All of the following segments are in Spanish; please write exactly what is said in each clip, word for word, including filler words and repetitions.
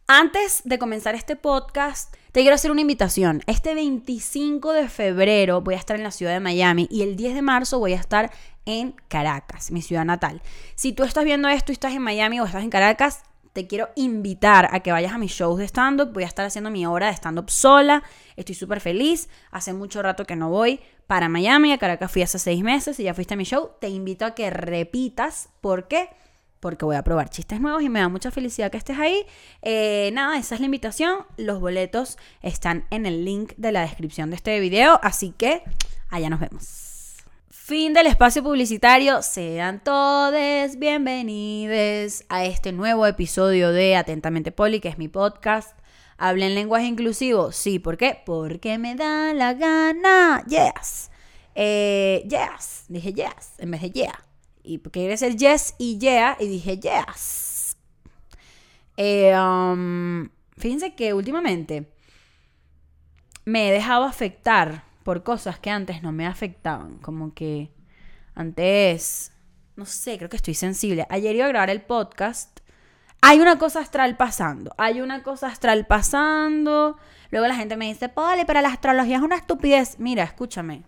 Antes de comenzar este podcast, te quiero hacer una invitación. Este veinticinco de febrero voy a estar en la ciudad de Miami y el diez de marzo voy a estar en Caracas, mi ciudad natal. Si tú estás viendo esto y estás en Miami o estás en Caracas, te quiero invitar a que vayas a mis shows de stand-up. Voy a estar haciendo mi hora de stand-up sola. Estoy súper feliz. Hace mucho rato que no voy para Miami. A Caracas fui hace seis meses y ya fuiste a mi show. Te invito a que repitas. ¿Por qué? Porque voy a probar chistes nuevos y me da mucha felicidad que estés ahí. Eh, nada, esa es la invitación. Los boletos están en el link de la descripción de este video. Así que allá nos vemos. Fin del espacio publicitario. Sean todos bienvenidos a este nuevo episodio de Atentamente Poli, que es mi podcast. ¿Hablen lenguaje inclusivo? Sí, ¿por qué? Porque me da la gana. Yes. Eh, yes. Dije yes en vez de yeah. Y porque quería decir yes y yeah, y dije yes. Eh, um, fíjense que últimamente me he dejado afectar por cosas que antes no me afectaban. Como que antes, no sé, creo que estoy sensible. Ayer iba a grabar el podcast. Hay una cosa astral pasando. Hay una cosa astral pasando. Luego la gente me dice, Poli, pero la astrología es una estupidez. Mira, escúchame.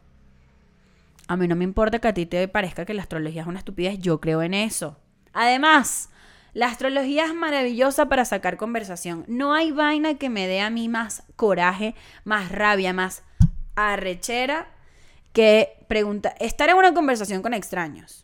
A mí no me importa que a ti te parezca que la astrología es una estupidez. Yo creo en eso. Además, la astrología es maravillosa para sacar conversación. No hay vaina que me dé a mí más coraje, más rabia, más arrechera que preguntar, estar en una conversación con extraños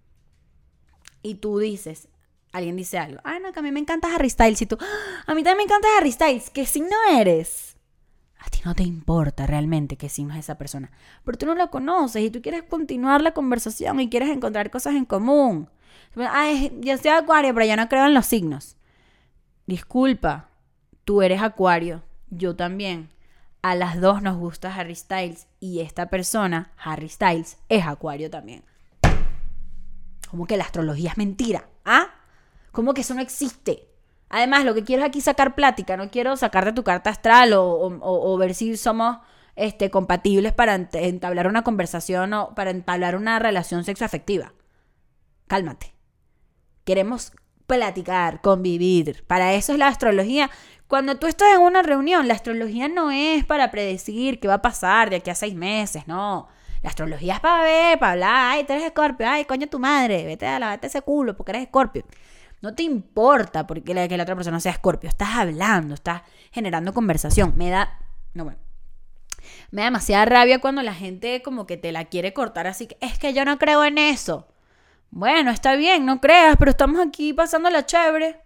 y tú dices, alguien dice algo, ay no, que a mí me encanta Harry Styles, y tú, a mí también me encanta Harry Styles, ¿qué signo eres? A ti no te importa realmente qué signo es esa persona, pero tú no la conoces y tú quieres continuar la conversación y quieres encontrar cosas en común. Ay, yo soy Acuario, pero yo no creo en los signos. Disculpa, tú eres Acuario, yo también. A las dos nos gusta Harry Styles y esta persona, Harry Styles, es Acuario también. ¿Cómo que la astrología es mentira? ¿Ah? ¿Cómo que eso no existe? Además, lo que quiero es aquí sacar plática. No quiero sacarte tu carta astral o, o, o ver si somos este, compatibles para entablar una conversación o para entablar una relación sexoafectiva. Cálmate. Queremos platicar, convivir. Para eso es la astrología. Cuando tú estás en una reunión, la astrología no es para predecir qué va a pasar de aquí a seis meses, no. La astrología es para ver, para hablar. Ay, tú eres Escorpio. Ay, coño, tu madre. Vete a lavarte ese culo porque eres Escorpio. No te importa porque la, que la otra persona sea Escorpio. Estás hablando, estás generando conversación. Me da... No, bueno. Me da demasiada rabia cuando la gente como que te la quiere cortar así que es que yo no creo en eso. Bueno, está bien, no creas, pero estamos aquí pasándola chévere.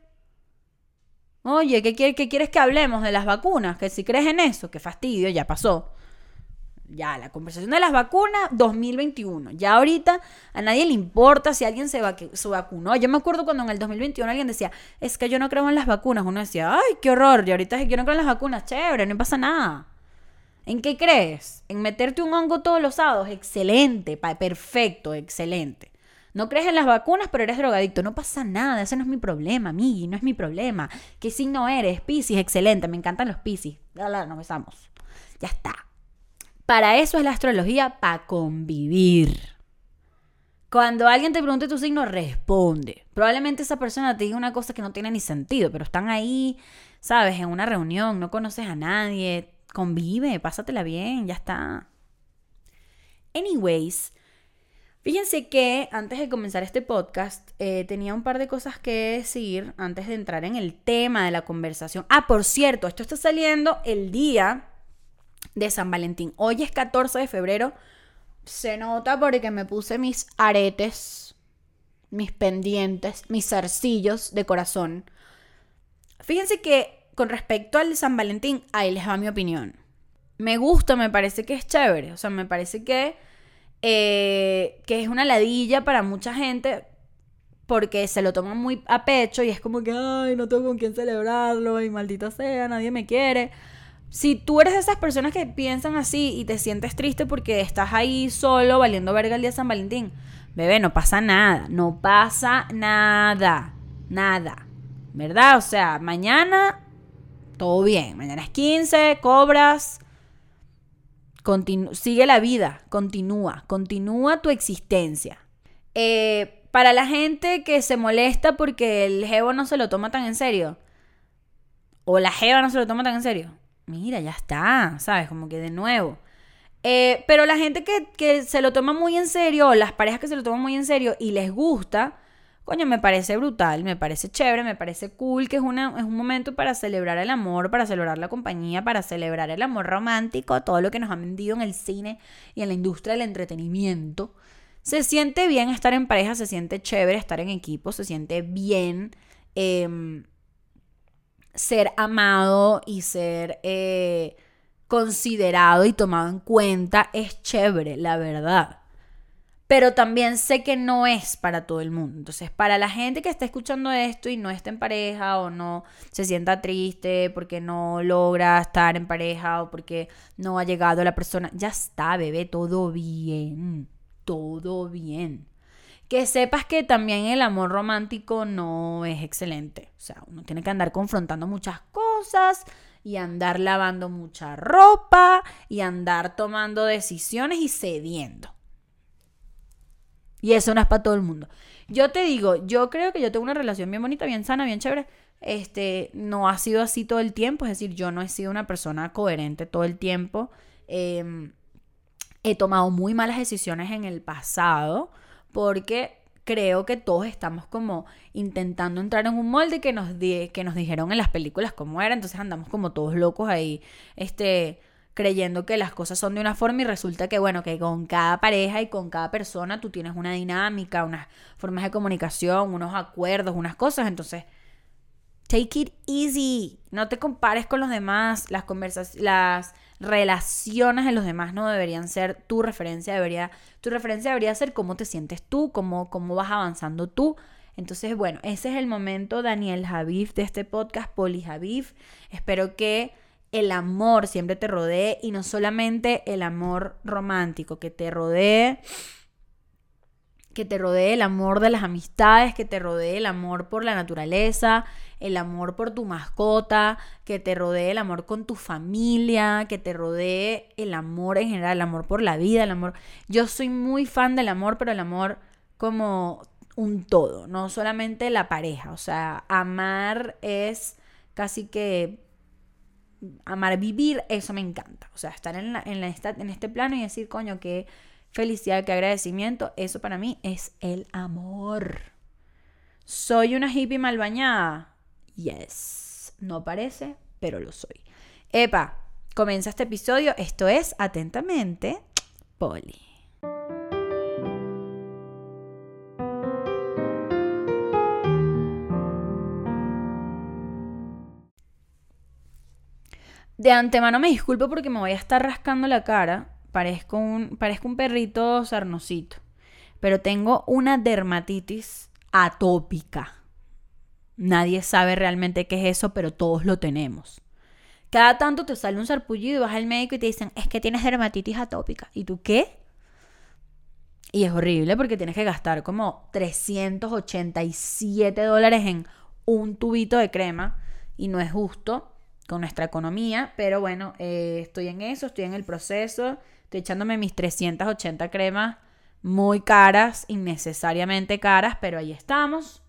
Oye, ¿qué, qué, ¿qué quieres que hablemos de las vacunas? Que si crees en eso, qué fastidio, ya pasó. Ya, la conversación de las vacunas, dos mil veintiuno. Ya ahorita a nadie le importa si alguien se, vac- se vacunó. Yo me acuerdo cuando en el dos mil veintiuno alguien decía, es que yo no creo en las vacunas. Uno decía, ay, qué horror. Y ahorita yo no creo en las vacunas, chévere, no pasa nada. ¿En qué crees? ¿En meterte un hongo todos los sábados? Excelente, perfecto, excelente. No crees en las vacunas, pero eres drogadicto. No pasa nada, ese no es mi problema, amigui, no es mi problema. ¿Qué signo eres? Piscis, excelente, me encantan los Piscis. Ya nos besamos. Ya está. Para eso es la astrología, para convivir. Cuando alguien te pregunte tu signo, responde. Probablemente esa persona te diga una cosa que no tiene ni sentido, pero están ahí, ¿sabes? En una reunión, no conoces a nadie. Convive, pásatela bien, ya está. Anyways, fíjense que antes de comenzar este podcast eh, tenía un par de cosas que decir antes de entrar en el tema de la conversación. Ah, por cierto, esto está saliendo el día de San Valentín. Hoy es catorce de febrero. Se nota porque me puse mis aretes, mis pendientes, mis zarcillos de corazón. Fíjense que con respecto al San Valentín, ahí les va mi opinión. Me gusta, me parece que es chévere. O sea, me parece que Eh, que es una ladilla para mucha gente porque se lo toman muy a pecho y es como que ay, no tengo con quién celebrarlo y maldita sea, nadie me quiere. Si tú eres de esas personas que piensan así y te sientes triste porque estás ahí solo valiendo verga el día de San Valentín, bebé, no pasa nada, no pasa nada, nada, ¿verdad? O sea, mañana todo bien, mañana es quince, cobras. Continu- sigue la vida, continúa, continúa tu existencia. Eh, para la gente que se molesta porque el jevo no se lo toma tan en serio, o la jeva no se lo toma tan en serio, mira, ya está, ¿sabes? Como que de nuevo. Eh, pero la gente que, que se lo toma muy en serio, o las parejas que se lo toman muy en serio y les gusta, coño, me parece brutal, me parece chévere, me parece cool, que es, una, es un momento para celebrar el amor, para celebrar la compañía, para celebrar el amor romántico, todo lo que nos han vendido en el cine y en la industria del entretenimiento. Se siente bien estar en pareja, se siente chévere estar en equipo, se siente bien eh, ser amado y ser eh, considerado y tomado en cuenta. Es chévere, la verdad. Pero también sé que no es para todo el mundo. Entonces, para la gente que está escuchando esto y no está en pareja o no se sienta triste porque no logra estar en pareja o porque no ha llegado la persona, ya está, bebé, todo bien, todo bien. Que sepas que también el amor romántico no es excelente. O sea, uno tiene que andar confrontando muchas cosas y andar lavando mucha ropa y andar tomando decisiones y cediendo. Y eso no es para todo el mundo. Yo te digo, yo creo que yo tengo una relación bien bonita, bien sana, bien chévere. Este, no ha sido así todo el tiempo. Es decir, yo no he sido una persona coherente todo el tiempo. Eh, he tomado muy malas decisiones en el pasado porque creo que todos estamos como intentando entrar en un molde que nos, di- que nos dijeron en las películas cómo era. Entonces andamos como todos locos ahí, este... creyendo que las cosas son de una forma y resulta que, bueno, que con cada pareja y con cada persona tú tienes una dinámica, unas formas de comunicación, unos acuerdos, unas cosas. Entonces, take it easy. No te compares con los demás. Las conversas, las relaciones de los demás no deberían ser tu referencia. Debería, tu referencia debería ser cómo te sientes tú, cómo, cómo vas avanzando tú. Entonces, bueno, ese es el momento, Daniel Javif, de este podcast, Poli Javif. Espero que el amor siempre te rodee y no solamente el amor romántico, que te rodee, que te rodee el amor de las amistades, que te rodee el amor por la naturaleza, el amor por tu mascota, que te rodee el amor con tu familia, que te rodee el amor en general, el amor por la vida, el amor. Yo soy muy fan del amor, pero el amor como un todo, no solamente la pareja. O sea, amar es casi que amar, vivir, eso me encanta. O sea, estar en, la, en, la, en este plano y decir, coño, qué felicidad, qué agradecimiento, eso para mí es el amor. ¿Soy una hippie mal bañada? Yes. No parece, pero lo soy. Epa, comienza este episodio. Esto es, atentamente, Poli. De antemano me disculpo porque me voy a estar rascando la cara. Parezco un, parezco un perrito sarnosito. Pero tengo una dermatitis atópica. Nadie sabe realmente qué es eso, pero todos lo tenemos. Cada tanto te sale un sarpullido y vas al médico y te dicen, es que tienes dermatitis atópica. ¿Y tú qué? Y es horrible porque tienes que gastar como trescientos ochenta y siete dólares en un tubito de crema. Y no es justo con nuestra economía, pero bueno, eh, estoy en eso, estoy en el proceso, estoy echándome mis trescientas ochenta cremas muy caras, innecesariamente caras, pero ahí estamos.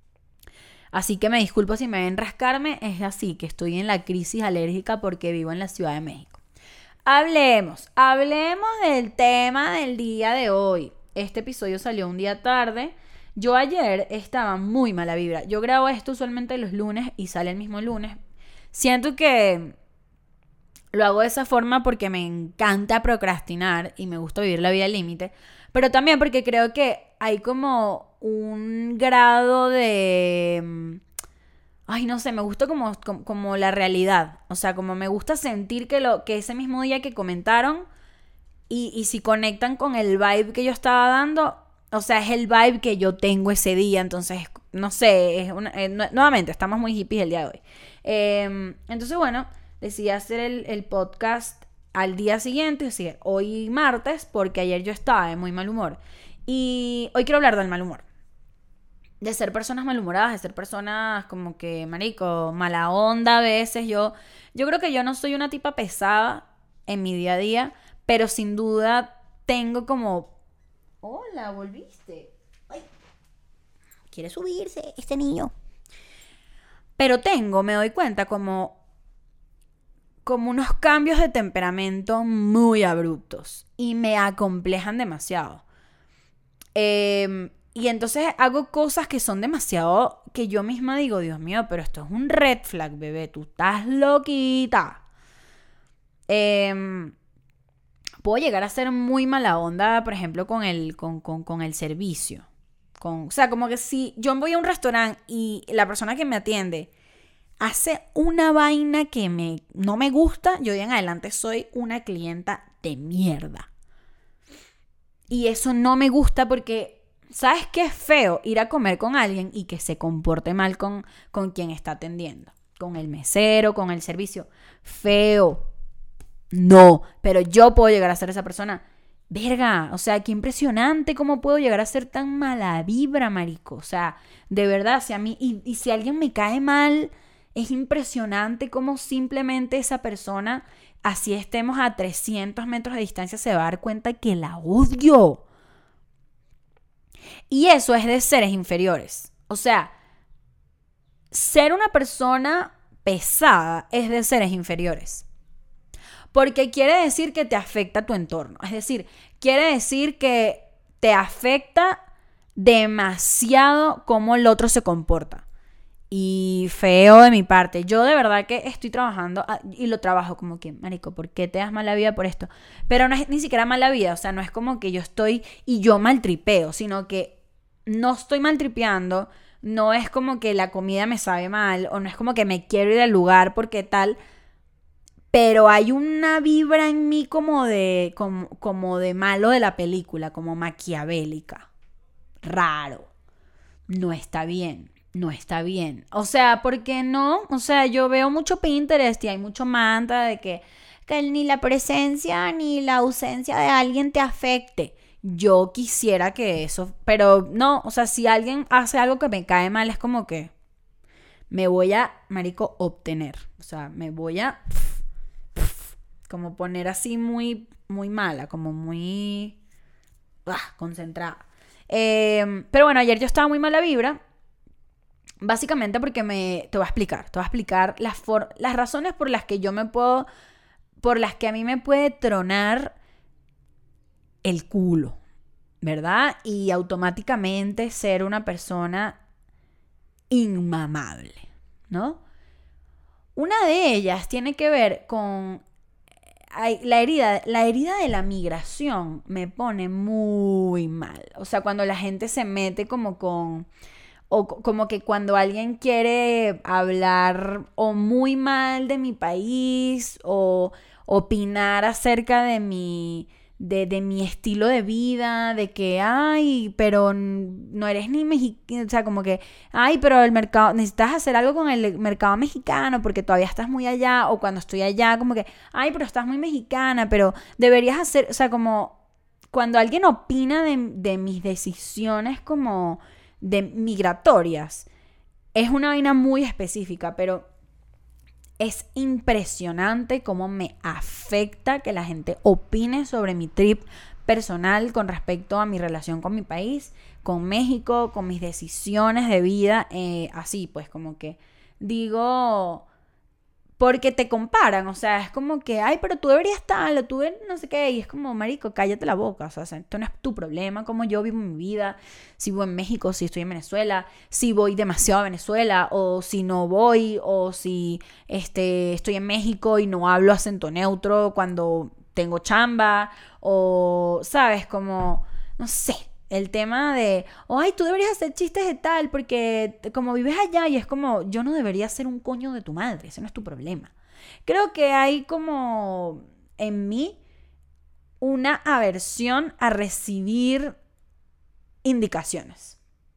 Así que me disculpo si me ven rascarme, es así, que estoy en la crisis alérgica porque vivo en la Ciudad de México. Hablemos, hablemos del tema del día de hoy. Este episodio salió un día tarde. Yo ayer estaba muy mala vibra. Yo grabo esto usualmente los lunes y sale el mismo lunes. Siento que lo hago de esa forma porque me encanta procrastinar y me gusta vivir la vida al límite, pero también porque creo que hay como un grado de... Ay, no sé, me gusta como, como, como la realidad. O sea, como me gusta sentir que, lo, que ese mismo día que comentaron y, y si conectan con el vibe que yo estaba dando, o sea, es el vibe que yo tengo ese día. Entonces, no sé, es una, eh, nuevamente, estamos muy hippies el día de hoy. Eh, entonces, bueno, decidí hacer el, el podcast al día siguiente, es decir, hoy martes, porque ayer yo estaba de muy mal humor. Y hoy quiero hablar del mal humor. De ser personas malhumoradas, de ser personas como que, marico, mala onda a veces. Yo, yo creo que yo no soy una tipa pesada en mi día a día, pero sin duda tengo como... Hola, volviste. Ay, quiere subirse este niño. Pero tengo, me doy cuenta, como, como unos cambios de temperamento muy abruptos y me acomplejan demasiado. Eh, y entonces hago cosas que son demasiado, que yo misma digo, Dios mío, pero esto es un red flag, bebé, tú estás loquita. Eh, puedo llegar a ser muy mala onda, por ejemplo, con el, con, con, con el servicio. Con, o sea, como que si yo voy a un restaurante y la persona que me atiende hace una vaina que me, no me gusta, yo de en adelante soy una clienta de mierda. Y eso no me gusta porque, ¿sabes qué es feo? Ir a comer con alguien y que se comporte mal con, con quien está atendiendo. Con el mesero, con el servicio. Feo. No, pero yo puedo llegar a ser esa persona. Verga, o sea, qué impresionante cómo puedo llegar a ser tan mala vibra, marico. O sea, de verdad, si a mí, y, y si alguien me cae mal, es impresionante cómo simplemente esa persona, así estemos a trescientos metros de distancia, se va a dar cuenta que la odio. Y eso es de seres inferiores. O sea, ser una persona pesada es de seres inferiores. Porque quiere decir que te afecta tu entorno. Es decir, quiere decir que te afecta demasiado cómo el otro se comporta. Y feo de mi parte. Yo de verdad que estoy trabajando y lo trabajo como que, marico, ¿por qué te das mala vida por esto? Pero no es ni siquiera mala vida. O sea, no es como que yo estoy y yo maltripeo, sino que no estoy maltripeando. No es como que la comida me sabe mal o no es como que me quiero ir al lugar porque tal. Pero hay una vibra en mí como de, como, como de malo de la película, como maquiavélica. Raro. No está bien. No está bien. O sea, ¿por qué no? O sea, yo veo mucho Pinterest y hay mucho mantra de que, que ni la presencia ni la ausencia de alguien te afecte. Yo quisiera que eso, pero no, o sea, si alguien hace algo que me cae mal, es como que me voy a, marico, obtener. O sea, me voy a... como poner así muy, muy mala, como muy ah, concentrada. Eh, pero bueno, ayer yo estaba muy mala vibra, básicamente porque me, te voy a explicar, te voy a explicar las, for, las razones por las que yo me puedo, por las que a mí me puede tronar el culo, ¿verdad? Y automáticamente ser una persona inmamable, ¿no? Una de ellas tiene que ver con la herida, la herida de la migración me pone muy mal. O sea, cuando la gente se mete como con... o como que cuando alguien quiere hablar o muy mal de mi país o opinar acerca de mi... De, de mi estilo de vida, de que, ay, pero no eres ni mexicano, o sea, como que, ay, pero el mercado, necesitas hacer algo con el mercado mexicano porque todavía estás muy allá, o cuando estoy allá, como que, ay, pero estás muy mexicana, pero deberías hacer, o sea, como, cuando alguien opina de, de mis decisiones como de migratorias, es una vaina muy específica, pero... es impresionante cómo me afecta que la gente opine sobre mi trip personal con respecto a mi relación con mi país, con México, con mis decisiones de vida, eh, así pues como que digo, porque te comparan, o sea, es como que, ay, pero tú deberías estar, o tú no sé qué, y es como, marico, cállate la boca, o sea, esto no es tu problema, cómo yo vivo mi vida, si vivo en México, si estoy en Venezuela, si voy demasiado a Venezuela, o si no voy, o si este, estoy en México y no hablo acento neutro cuando tengo chamba, o, ¿sabes? Como, no sé. El tema de, oh, ay, tú deberías hacer chistes de tal, porque como vives allá y es como, yo no debería ser un coño de tu madre, ese no es tu problema. Creo que hay como en mí una aversión a recibir indicaciones.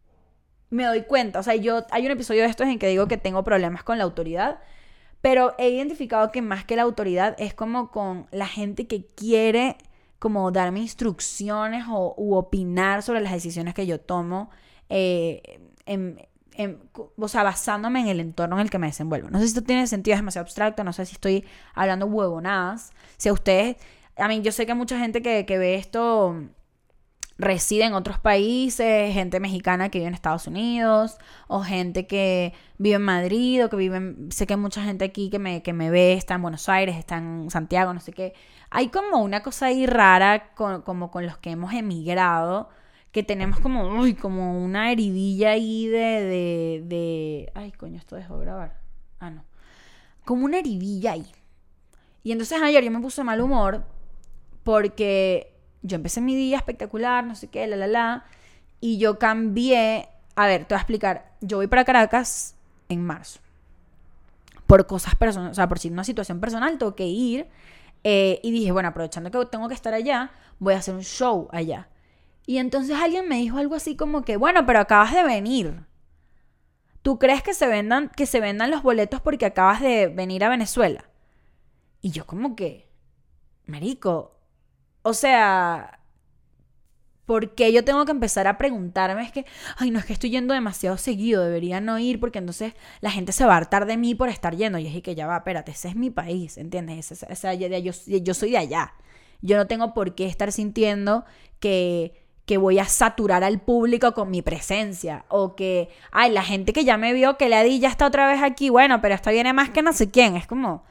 Me doy cuenta, o sea, yo hay un episodio de estos en que digo que tengo problemas con la autoridad, pero he identificado que más que la autoridad es como con la gente que quiere... como darme instrucciones o u opinar sobre las decisiones que yo tomo, eh, en, en, o sea, basándome en el entorno en el que me desenvuelvo. No sé si esto tiene sentido, es demasiado abstracto, no sé si estoy hablando huevonadas. Si a ustedes, a mí yo sé que hay mucha gente que, que ve esto reside en otros países, gente mexicana que vive en Estados Unidos, o gente que vive en Madrid, o que vive en, sé que hay mucha gente aquí que me, que me ve, está en Buenos Aires, está en Santiago, no sé qué. Hay como una cosa ahí rara con, como con los que hemos emigrado, que tenemos como, uy, como una heridilla ahí de, de, de... Ay, coño, esto dejó de grabar. Ah, no. Como una heridilla ahí. Y entonces ayer yo me puse mal humor porque yo empecé mi día espectacular, no sé qué, la, la, la. Y yo cambié. A ver, te voy a explicar. Yo voy para Caracas en marzo. Por cosas personales, o sea, por si una situación personal, tengo que ir. Eh, y dije, bueno, aprovechando que tengo que estar allá, voy a hacer un show allá. Y entonces alguien me dijo algo así como que, bueno, pero acabas de venir. ¿Tú crees que se vendan, que se vendan los boletos porque acabas de venir a Venezuela? Y yo como que, marico, o sea, ¿por qué yo tengo que empezar a preguntarme? Es que, ay, no, es que estoy yendo demasiado seguido, debería no ir porque entonces la gente se va a hartar de mí por estar yendo. Y es que ya va, espérate, ese es mi país, ¿entiendes? Ese, ese, yo, yo, yo soy de allá. Yo no tengo por qué estar sintiendo que, que voy a saturar al público con mi presencia. O que, ay, la gente que ya me vio, que la di ya está otra vez aquí, bueno, pero esta viene más que no sé quién. Es como...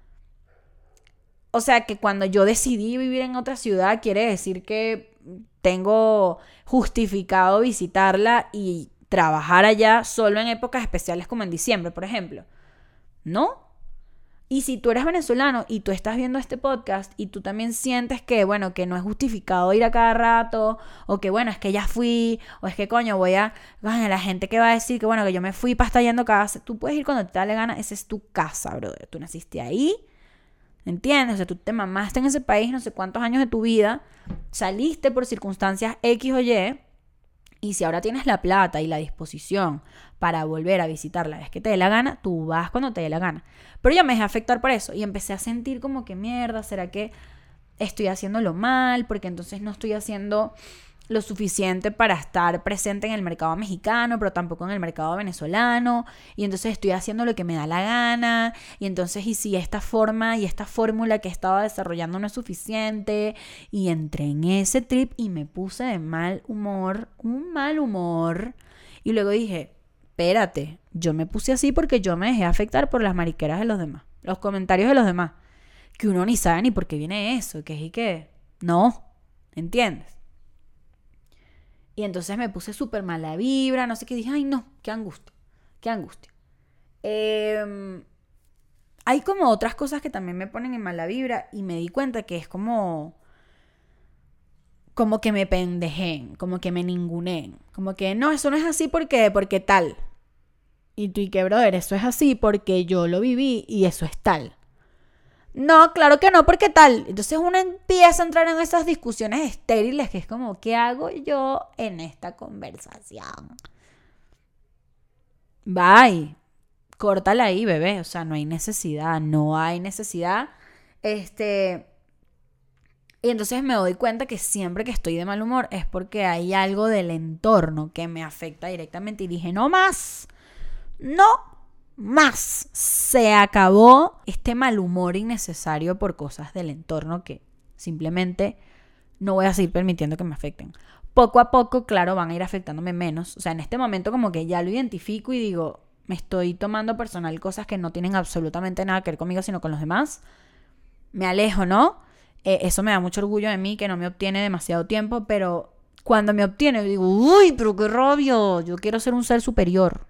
O sea, que cuando yo decidí vivir en otra ciudad, quiere decir que tengo justificado visitarla y trabajar allá solo en épocas especiales como en diciembre, por ejemplo. ¿No? Y si tú eres venezolano y tú estás viendo este podcast y tú también sientes que, bueno, que no es justificado ir a cada rato, o que, bueno, es que ya fui, o es que, coño, voy a... Coño, la gente que va a decir que, bueno, que yo me fui para estar yendo a casa. Tú puedes ir cuando te da la gana, esa es tu casa, brother. Tú naciste ahí. ¿Entiendes? O sea, tú te mamaste en ese país no sé cuántos años de tu vida, saliste por circunstancias X o Y, y si ahora tienes la plata y la disposición para volver a visitar la vez que te dé la gana, tú vas cuando te dé la gana. Pero yo me dejé afectar por eso y empecé a sentir como que mierda, ¿será que estoy haciéndolo mal? Porque entonces no estoy haciendo lo suficiente para estar presente en el mercado mexicano, pero tampoco en el mercado venezolano, y entonces estoy haciendo lo que me da la gana, y entonces y si esta forma y esta fórmula que estaba desarrollando no es suficiente, y entré en ese trip y me puse de mal humor, un mal humor, y luego dije, espérate, yo me puse así porque yo me dejé afectar por las mariqueras de los demás, los comentarios de los demás, que uno ni sabe ni por qué viene eso, que es y que, no, ¿entiendes? Y entonces me puse súper mala vibra, no sé qué, dije, ay no, qué angustia, qué angustia. Eh, hay como otras cosas que también me ponen en mala vibra y me di cuenta que es como, como que me pendejen, como que me ninguneen, como que no, eso no es así porque, porque tal. Y tú y que, brother, eso es así porque yo lo viví y eso es tal. No, claro que no, porque tal. Entonces uno empieza a entrar en esas discusiones estériles que es como, ¿qué hago yo en esta conversación? Bye. Córtala ahí, bebé. O sea, no hay necesidad, no hay necesidad. Este... Y entonces me doy cuenta que siempre que estoy de mal humor es porque hay algo del entorno que me afecta directamente. Y dije, no más. No más. Se acabó este mal humor innecesario por cosas del entorno que simplemente no voy a seguir permitiendo que me afecten. Poco a poco, claro, van a ir afectándome menos. O sea, en este momento como que ya lo identifico y digo, me estoy tomando personal cosas que no tienen absolutamente nada que ver conmigo, sino con los demás. Me alejo, ¿no? Eh, eso me da mucho orgullo de mí, que no me obtiene demasiado tiempo, pero cuando me obtiene digo, uy, pero qué rabio, yo quiero ser un ser superior.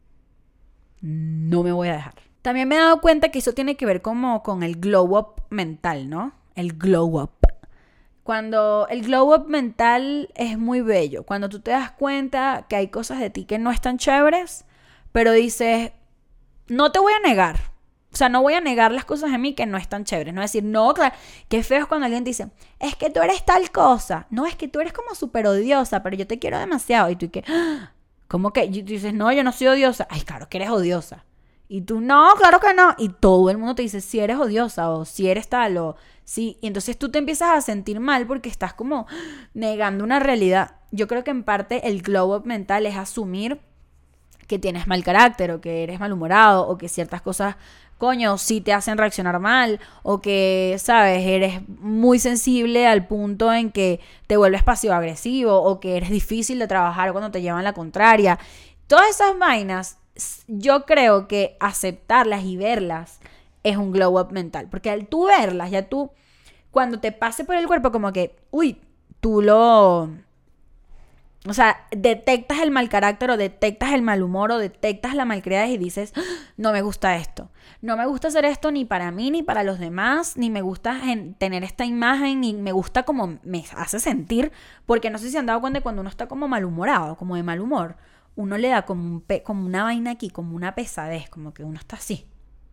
No me voy a dejar. También me he dado cuenta que eso tiene que ver como con el glow up mental, ¿no? El glow up. Cuando el glow up mental es muy bello. Cuando tú te das cuenta que hay cosas de ti que no están chéveres, pero dices, no te voy a negar. O sea, no voy a negar las cosas de mí que no están chéveres. No decir, no, claro, qué feo es cuando alguien te dice, es que tú eres tal cosa. No, es que tú eres como súper odiosa, pero yo te quiero demasiado. Y tú y que... ¿Cómo que? Y tú dices, no, yo no soy odiosa. Ay, claro que eres odiosa. Y tú, no, claro que no. Y todo el mundo te dice, si eres odiosa o si eres tal o sí. Y entonces tú te empiezas a sentir mal porque estás como negando una realidad. Yo creo que en parte el glow up mental es asumir que tienes mal carácter o que eres malhumorado o que ciertas cosas, coño, sí te hacen reaccionar mal o que, sabes, eres muy sensible al punto en que te vuelves pasivo-agresivo o que eres difícil de trabajar cuando te llevan la contraria. Todas esas vainas, yo creo que aceptarlas y verlas es un glow up mental. Porque al tú verlas, ya tú, cuando te pase por el cuerpo, como que, uy, tú lo... O sea, detectas el mal carácter o detectas el mal humor o detectas la malcriadez y dices, ¡ah! No me gusta esto. No me gusta hacer esto ni para mí ni para los demás, ni me gusta tener esta imagen, ni me gusta como me hace sentir. Porque no sé si han dado cuenta de cuando uno está como malhumorado, como de mal humor, uno le da como, un pe- como una vaina aquí, como una pesadez, como que uno está así.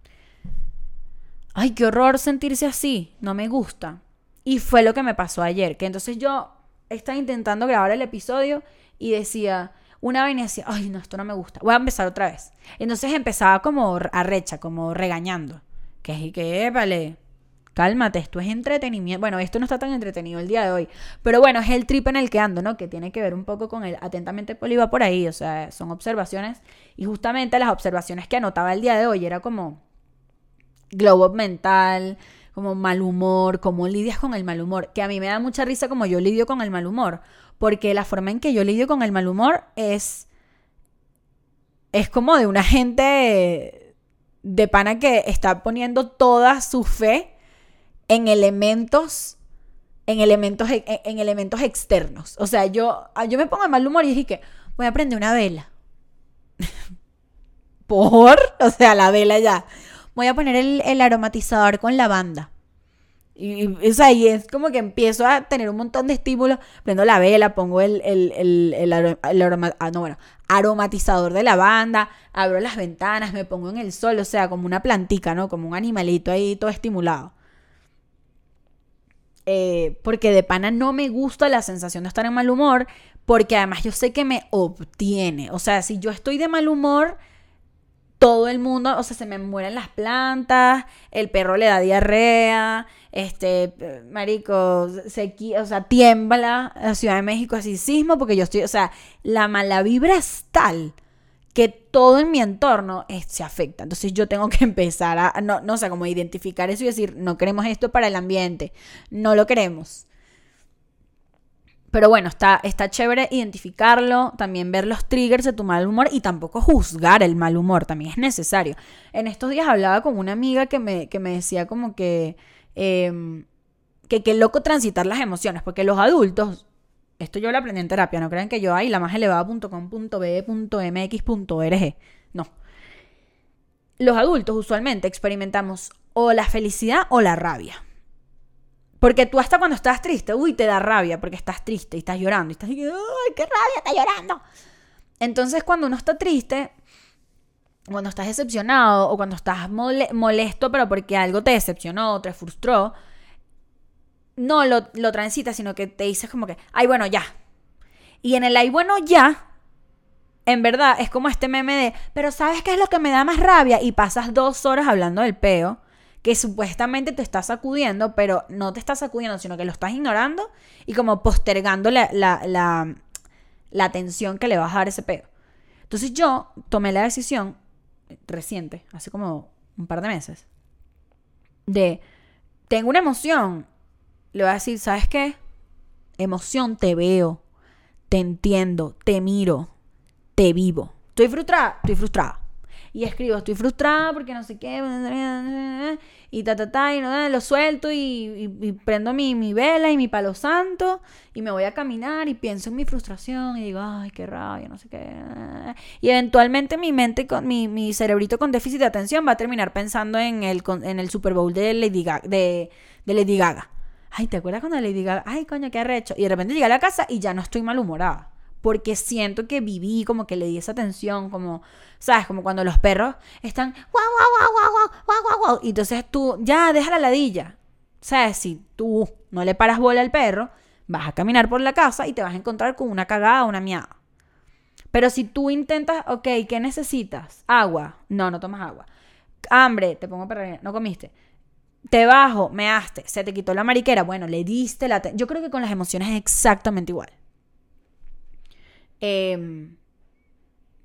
Ay, qué horror sentirse así, no me gusta. Y fue lo que me pasó ayer, que entonces yo estaba intentando grabar el episodio y decía, una vaina y decía, ay no, esto no me gusta, voy a empezar otra vez. Entonces empezaba como arrecha, como regañando. Que es que, vale, cálmate, esto es entretenimiento. Bueno, esto no está tan entretenido el día de hoy, pero bueno, es el trip en el que ando, ¿no? Que tiene que ver un poco con el atentamente Poli va por ahí, o sea, son observaciones. Y justamente las observaciones que anotaba el día de hoy era como glow up mental, como mal humor, cómo lidias con el mal humor, que a mí me da mucha risa como yo lidio con el mal humor, porque la forma en que yo lidio con el mal humor es es como de una gente de pana que está poniendo toda su fe en elementos en elementos en, en elementos externos. O sea, yo yo me pongo de mal humor y dije que voy a prender una vela. ¿Por? O sea, la vela ya. Voy a poner el, el aromatizador con lavanda. Y, y, o sea, y es como que empiezo a tener un montón de estímulos. Prendo la vela, pongo el, el, el, el, aroma, el aroma, ah, no, bueno, aromatizador de lavanda, abro las ventanas, me pongo en el sol, o sea, como una plantica, ¿no? Como un animalito ahí todo estimulado. Eh, porque de pana no me gusta la sensación de estar en mal humor, porque además yo sé que me obtiene. O sea, si yo estoy de mal humor, todo el mundo, o sea, se me mueren las plantas, el perro le da diarrea, este, marico, se, o sea, tiembla la Ciudad de México, así sismo, porque yo estoy, o sea, la mala vibra es tal que todo en mi entorno es, se afecta. Entonces yo tengo que empezar a, no, no sé, como identificar eso y decir, no queremos esto para el ambiente, no lo queremos. Pero bueno, está, está chévere identificarlo, también ver los triggers de tu mal humor y tampoco juzgar el mal humor, también es necesario. En estos días hablaba con una amiga que me, que me decía como que, eh, que qué loco transitar las emociones, porque los adultos, esto yo lo aprendí en terapia, no crean que yo, ay, la más elevada punto com punto be punto eme equis punto org, no. Los adultos usualmente experimentamos o la felicidad o la rabia. Porque tú hasta cuando estás triste, uy, te da rabia porque estás triste y estás llorando. Y estás así, ¡ay, qué rabia, está llorando! Entonces, cuando uno está triste, cuando estás decepcionado o cuando estás mole- molesto, pero porque algo te decepcionó o te frustró, no lo, lo transitas, sino que te dices como que, ay, bueno, ya. Y en el ay, bueno, ya, en verdad, es como este meme de, pero ¿sabes qué es lo que me da más rabia? Y pasas dos horas hablando del peo, que supuestamente te está sacudiendo, pero no te está sacudiendo, sino que lo estás ignorando y como postergando la, la, la, la atención que le vas a dar a ese pedo. Entonces yo tomé la decisión reciente, hace como un par de meses, de, tengo una emoción, le voy a decir, ¿sabes qué? Emoción, te veo, te entiendo, te miro, te vivo. ¿Estoy frustrada? Estoy frustrada. Y escribo, estoy frustrada porque no sé qué, y ta, ta, ta, y no, lo suelto y, y, y prendo mi, mi vela y mi palo santo y me voy a caminar y pienso en mi frustración y digo, ay, qué rabia, no sé qué. Y eventualmente mi mente, con mi, mi cerebrito con déficit de atención va a terminar pensando en el, en el Super Bowl de Lady Gaga. De, de Lady Gaga. Ay, ¿te acuerdas cuando Lady Gaga? Ay, coño, qué arrecho. Y de repente llegué a la casa y ya no estoy malhumorada. Porque siento que viví, como que le di esa atención, como, ¿sabes? Como cuando los perros están, guau, guau, guau, guau, guau, guau, guau. Y entonces tú, ya, deja la ladilla. ¿Sabes? Si tú no le paras bola al perro, vas a caminar por la casa y te vas a encontrar con una cagada o una miada. Pero si tú intentas, ok, ¿qué necesitas? Agua. No, no tomas agua. Hambre, te pongo para... No comiste. Te bajo, measte, se te quitó la mariquera. Bueno, le diste la... Yo creo que con las emociones es exactamente igual. Eh,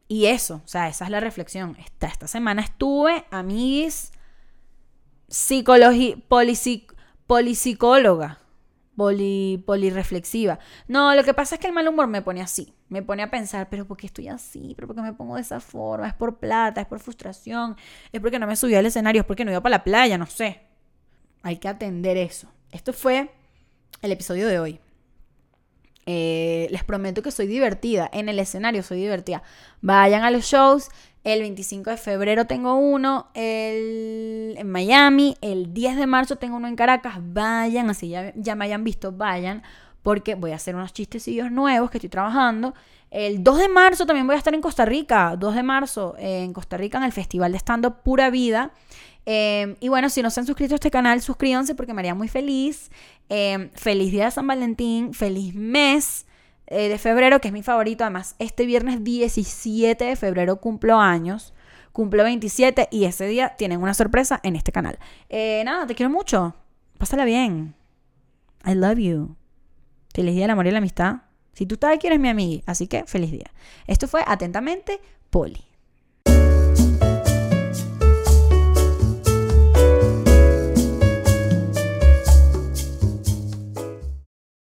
Y eso, o sea, esa es la reflexión. Esta, esta semana estuve, amiguis, psicología, policic, polisicóloga, poli, polirreflexiva. No, lo que pasa es que el mal humor me pone así. Me pone a pensar, pero ¿por qué estoy así? ¿Pero por qué me pongo de esa forma? ¿Es por plata? ¿Es por frustración? ¿Es porque no me subí al escenario? ¿Es porque no iba para la playa? No sé. Hay que atender eso. Esto fue el episodio de hoy. Eh, les prometo que soy divertida. En el escenario soy divertida. Vayan a los shows. El veinticinco de febrero tengo uno el, en Miami. El diez de marzo tengo uno en Caracas. Vayan, así ya, ya me hayan visto, vayan. Porque voy a hacer unos chistecillos nuevos que estoy trabajando. El dos de marzo también voy a estar en Costa Rica. dos de marzo eh, en Costa Rica en el Festival de Stand-Up Pura Vida. Eh, y bueno, si no se han suscrito a este canal, suscríbanse porque me haría muy feliz. Eh, feliz día de San Valentín, feliz mes eh, de febrero, que es mi favorito. Además, este viernes diecisiete de febrero cumplo años, cumplo veintisiete y ese día tienen una sorpresa en este canal. Eh, nada, te quiero mucho, pásala bien. I love you. Feliz día del amor y la amistad. Si tú estás aquí, eres mi amiga, así que feliz día. Esto fue atentamente Poli.